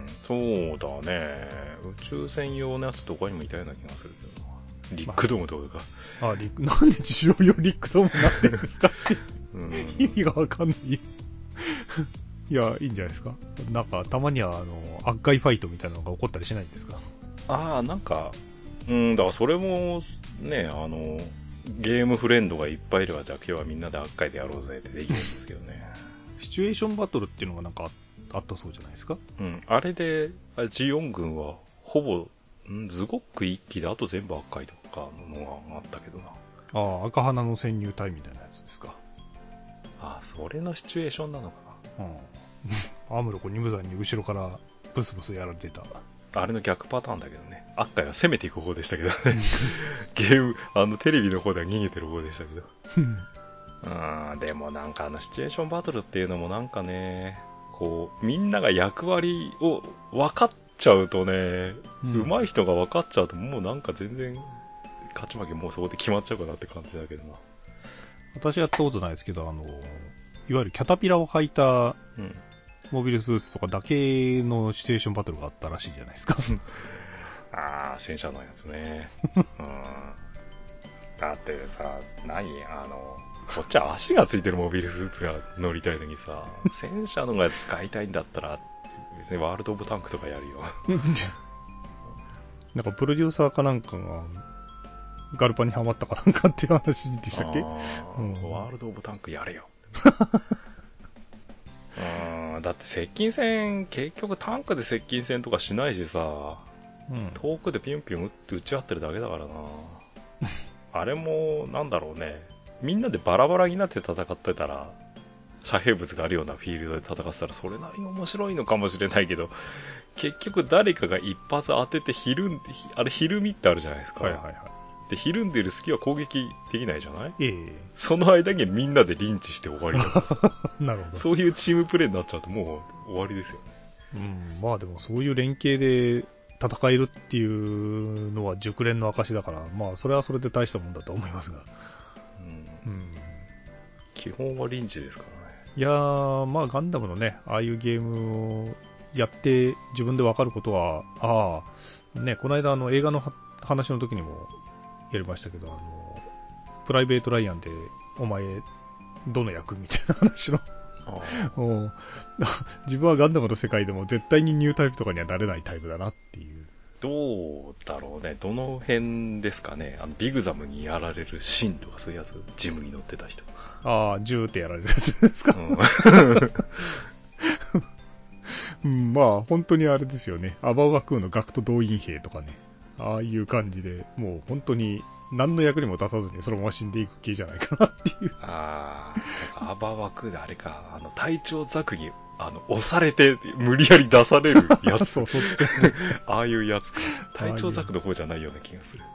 そうだね。宇宙専用のやつとかにもいたような気がするけどな。リックドームとかか。 まあ、あリック、なんで地上用リックドームになってるんですかうん、意味がわかんない。いや、いいんじゃないですか。なんか、たまには、あの、悪界ファイトみたいなのが起こったりしないんですか。 ああ、なんか、うん、だからそれも、ね、あの、ゲームフレンドがいっぱいいれば、じゃあ今日はみんなで悪界でやろうぜってできるんですけどね。 シチュエーションバトルっていうのがなんかあったそうじゃないですか。 うん、あれで、ジオン軍は、ほぼ、んズゴック一機で、あと全部悪界とかのがあったけどな。 ああ、赤花の潜入隊みたいなやつですか。 ああ、それのシチュエーションなのか。 うん。アムロコに無残に後ろからブスブスやられてた。 あれの逆パターンだけどね。悪界は攻めていく方でしたけどね。ゲーム、あのテレビの方では逃げてる方でしたけど。うん、でもなんかあのシチュエーションバトルっていうのもなんかね、こう、みんなが役割を分かっちゃうとね、うん、上手い人が分かっちゃうともうなんか全然勝ち負けもうそこで決まっちゃうかなって感じだけどな。 私やったことないですけど、あの、いわゆるキャタピラを履いたモビルスーツとかだけのシチュエーションバトルがあったらしいじゃないですか。 ああ、戦車のやつね。うん、だってさ、何あの、こっちは足がついてるモビルスーツが乗りたいのにさ、戦車のが使いたいんだったら、別にワールドオブタンクとかやるよ。 なんかプロデューサーかなんかが、ガルパにハマったかなんかっていう話でしたっけ、うん、 ワールドオブタンクやれよ。うん、だって接近戦、結局タンクで接近戦とかしないしさ、うん、遠くでピュンピュン撃って撃ち合ってるだけだからな。あれも、なんだろうね。みんなでバラバラになって戦ってたら、 遮蔽物があるようなフィールドで戦ってたらそれなりに面白いのかもしれないけど、結局誰かが一発当ててひるんで、あれひるみってあるじゃないですか。 はいはいはい。 で、ひるんでる隙は攻撃できないじゃない？ ええ。 その間にみんなでリンチして終わりだなるほど。 そういうチームプレーになっちゃうともう終わりですよね。 うん、まあでもそういう連携で戦えるっていうのは熟練の証だから、まあそれはそれで大したもんだと思いますが。 うん。 うん、 基本はリンチですからね。 いやー、まあガンダムのね、ああいうゲームをやって自分でわかることは、ああ、ね、この間あの映画の話の時にもやりましたけど、あの、プライベート・ライアンでお前どの役みたいな話のもう自分はガンダムの世界でも絶対にニュータイプとかにはなれないタイプだなっていう。 どうだろうね。どの辺ですかね。あのビグザムにやられるシーンとかそういうやつ、ジムに乗ってた人。 ああ、ジューってやられるやつですか。うん、まあ本当にあれですよね。アバウアクーの学徒動員兵とかね。ああいう感じで、もう本当に何の役にも立たずにそのまま死んでいく系じゃないかなっていう。 ああ、アバワクであれか、あの、隊長ザクに、あの、押されて無理やり出されるやつ。 そう、そっち。 ああいうやつか。隊長ザクの方じゃないような気がする。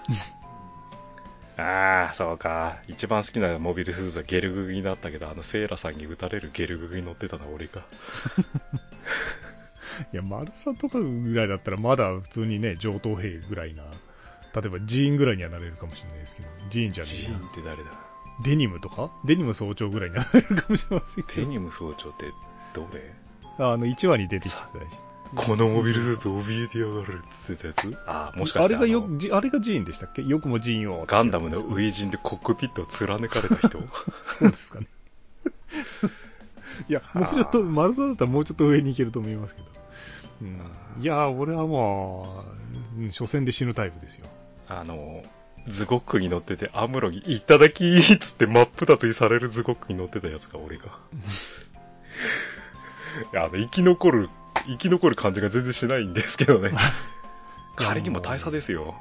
ああ、そうか。一番好きなモビルスーツはゲルググになったけど、あの、セイラさんに撃たれるゲルググに乗ってたのは俺か。 いや、マルサとかぐらいだったらまだ普通にね、上等兵ぐらいな。例えばジーンぐらいにはなれるかもしれないですけど、ジーンじゃねえジーンって誰だ？ デニムとかデニム総長ぐらいになれるかもしれませんけど。 デニム総長ってどれ？ あの、いちわに出てきてたし。 このモビルスーツ怯えてやがるって言ってたやつ？ああ、もしかしてあれがよ、あれがジーンでしたっけ？よくもジーンを。 ガンダムの初陣でコックピットを貫かれた人そうですかね。いや、もうちょっと、マルサだったらもうちょっと上に行けると思いますけど。うん、いや、俺はまあ、うん、初戦で死ぬタイプですよ。あの、ズゴックに乗ってて、アムロに、いただきーっつって真っ二つにされるズゴックに乗ってたやつが俺が。いや、あの、生き残る、生き残る感じが全然しないんですけどね。彼にも大差ですよ。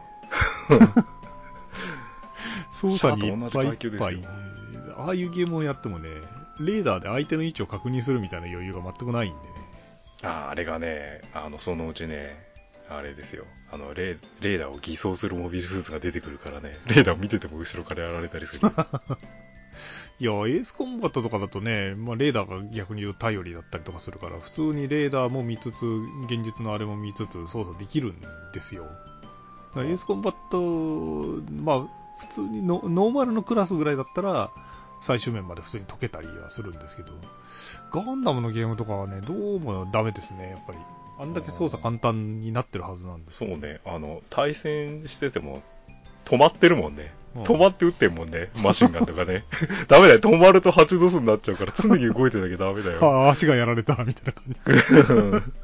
操作にいっぱいいっぱい。ああいうゲームをやってもね、レーダーで相手の位置を確認するみたいな余裕が全くないんでね。 ああ、あれがね、あの、そのうちね、あれですよ。あのレ、レーダーを偽装するモビルスーツが出てくるからね、レーダーを見てても後ろからやられたりする。 いや、エースコンバットとかだとね、まあ、レーダーが逆に言うと頼りだったりとかするから、普通にレーダーも見つつ、現実のあれも見つつ操作できるんですよ。エースコンバット、まあ、普通にノノーマルのクラスぐらいだったら、最終面まで普通に解けたりはするんですけど、ガンダムのゲームとかはね、どうもダメですね、やっぱり。あんだけ操作簡単になってるはずなんです。 そうね、あの、対戦してても、止まってるもんね。止まって撃ってんもんね、マシンガンとかね。ダメだよ、止まるとはちドスになっちゃうから、常に動いてなきゃダメだよ。 ああ、足がやられた、みたいな感じ。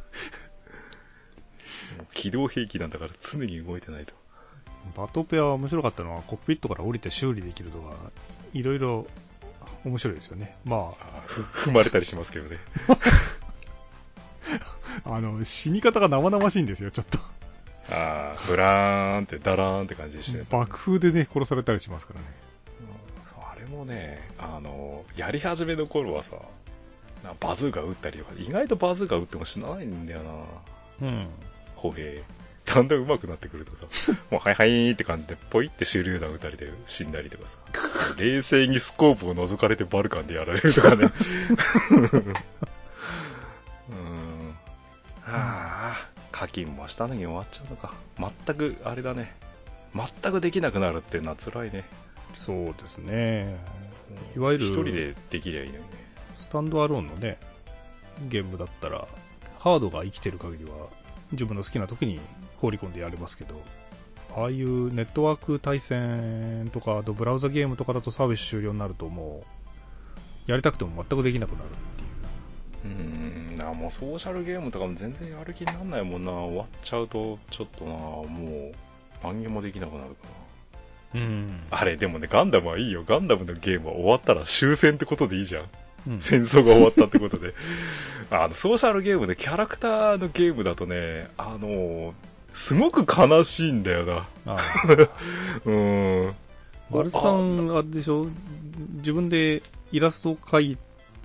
機動兵器なんだから常に動いてないと。 バトペア面白かったのは、コックピットから降りて修理できるとか、いろいろ面白いですよね。まあ。 あふ踏まれたりしますけどね。 あの、死に方が生々しいんですよ、ちょっと。 ああ、ブラーンってダラーンって感じでして、ね、 爆風でね、殺されたりしますからね。 あれもね、あの、やり始めの頃はさ、バズーカ撃ったりとか、意外とバズーカ撃っても死なないんだよな。うん。歩兵。だんだん上手くなってくるとさ、もうはいはいって感じでポイって手榴弾撃ったりで死んだりとかさ、冷静にスコープを覗かれてバルカンでやられるとかね。うん。はあ、課金もしたのに終わっちゃうのか。全く、あれだね。全くできなくなるっていうのは辛いね。 そうですね。いわゆる、 一人でできりゃいいのにね。 スタンドアローンのね、ゲームだったら、ハードが生きてる限りは、自分の好きな時に放り込んでやれますけど、ああいうネットワーク対戦とか、あとブラウザゲームとかだとサービス終了になるともう、やりたくても全くできなくなるっていう。 うーん、あ、もうソーシャルゲームとかも全然やる気にならないもんな。終わっちゃうと、ちょっとな、もう、何にもできなくなるから。うん。あれ、でもね、ガンダムはいいよ。ガンダムのゲームは終わったら終戦ってことでいいじゃん。うん、戦争が終わったってことで。あの、ソーシャルゲームでキャラクターのゲームだとね、あの、すごく悲しいんだよな。あうん。マルさん、あれでしょ、自分でイラストを描い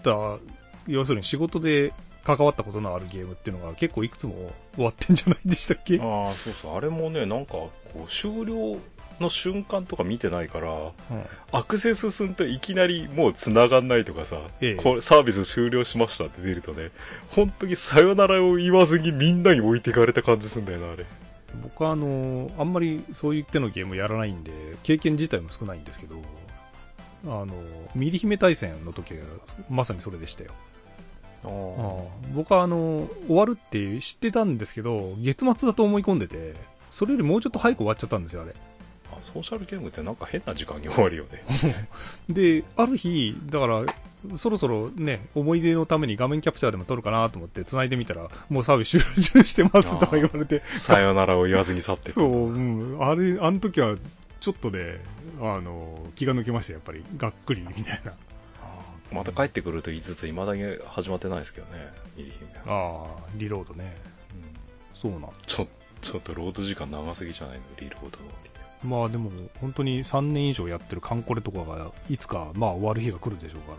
た、要するに仕事で関わったことのあるゲームっていうのが結構いくつも終わってんじゃないでしたっけ？ ああ、そうそう。あれもね、なんか、こう、終了の瞬間とか見てないから、うん、アクセスするといきなりもう繋がんないとかさ、ええ、これサービス終了しましたって出るとね、本当にさよならを言わずにみんなに置いてかれた感じするんだよな、あれ。 僕はあの、あんまりそういう手のゲームやらないんで、経験自体も少ないんですけど、あの、ミリ姫大戦の時はまさにそれでしたよ。ああ、僕はあの、終わるって知ってたんですけど、月末だと思い込んでて、それよりもうちょっと早く終わっちゃったんですよ、あれ。 あ、ソーシャルゲームってなんか変な時間に終わるよね。 で、ある日、だから、そろそろね、思い出のために画面キャプチャーでも撮るかなと思って繋いでみたら、もうサービス終了してますとか言われて。 さよならを言わずに去ってた。 そう、うん。あれ、あの時は、ちょっとね、あの、気が抜けました、やっぱり。がっくり、みたいな。 また帰ってくると言いつつ、未だに始まってないですけどね、ミリ姫は。ああ、リロードね。うん、そうなんちょ、ちょっとロード時間長すぎじゃないの、リロードの。 まあでも、本当にさんねん以上やってるカンコレとかが、いつか、まあ終わる日が来るでしょうから。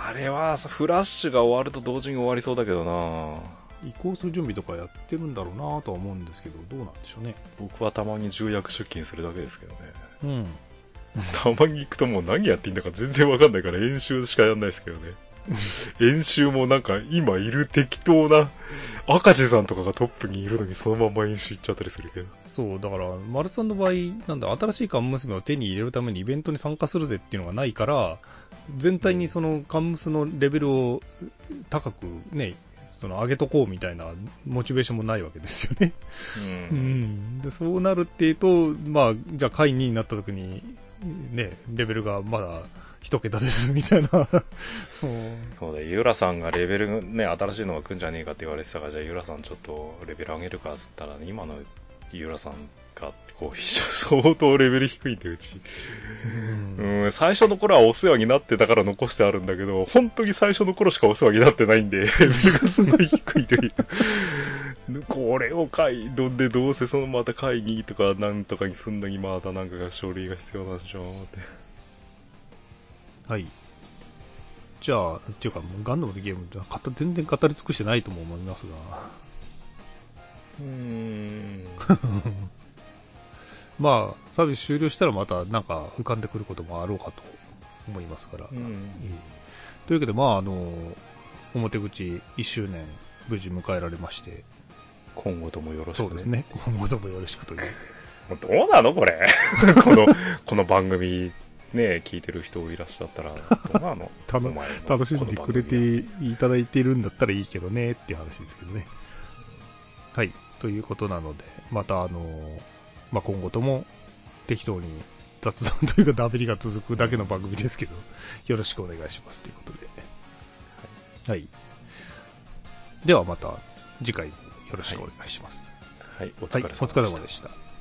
あれは、フラッシュが終わると同時に終わりそうだけどな。 移行する準備とかやってるんだろうなとは思うんですけど、どうなんでしょうね。 僕はたまに重役出勤するだけですけどね。 うん。 たまに行くともう何やっていいんだか全然わかんないから演習しかやんないですけどね。演習もなんか今いる適当な赤字さんとかがトップにいるのにそのまま演習行っちゃったりするけど。 そう、だから、マルさんの場合、なんだ、新しいカンムスメを手に入れるためにイベントに参加するぜっていうのがないから、全体にそのカンムスのレベルを高くね、その上げとこうみたいなモチベーションもないわけですよね。うん、うん。で、そうなるっていうと、まあ、じゃあ会になった時に、ね、レベルがまだ一桁ですみたいな。 そうだ、ユラさんがレベルね、新しいのが来るんじゃねえかって言われてたから、じゃあユラさんちょっとレベル上げるかっつったら、ね、今のユラさんがこう相当レベル低いんでうち、うん、うん、最初の頃はお世話になってたから残してあるんだけど、本当に最初の頃しかお世話になってないんで、レベルがすごい低いという。これを会どんでどうせそのまた会議とかなんとかにすんのにまたなんかが書類が必要なんでしょうって。 はい。じゃあ、っていうか、ガンダムのゲームって全然語り尽くしてないとも思いますが。 うーん。 まあ、サービス終了したらまたなんか浮かんでくることもあろうかと思いますから。 うん、 というわけで、まあ、あの、表口いっしゅうねん無事迎えられまして。 今後ともよろしく、ね。 そうですね。今後ともよろしくという。 もうどうなのこれ。この、この番組。ねえ、聞いてる人いらっしゃったら、どうなの楽しんでくれていただいているんだったらいいけどねっていう話ですけどね。はい。ということなので、またあの、まあ、今後とも適当に雑談というかダベリが続くだけの番組ですけど、よろしくお願いしますということで。はい。はい、ではまた次回もよろしくお願いします。 はい。はい、お疲れ様でした。 はい、お疲れ様でした。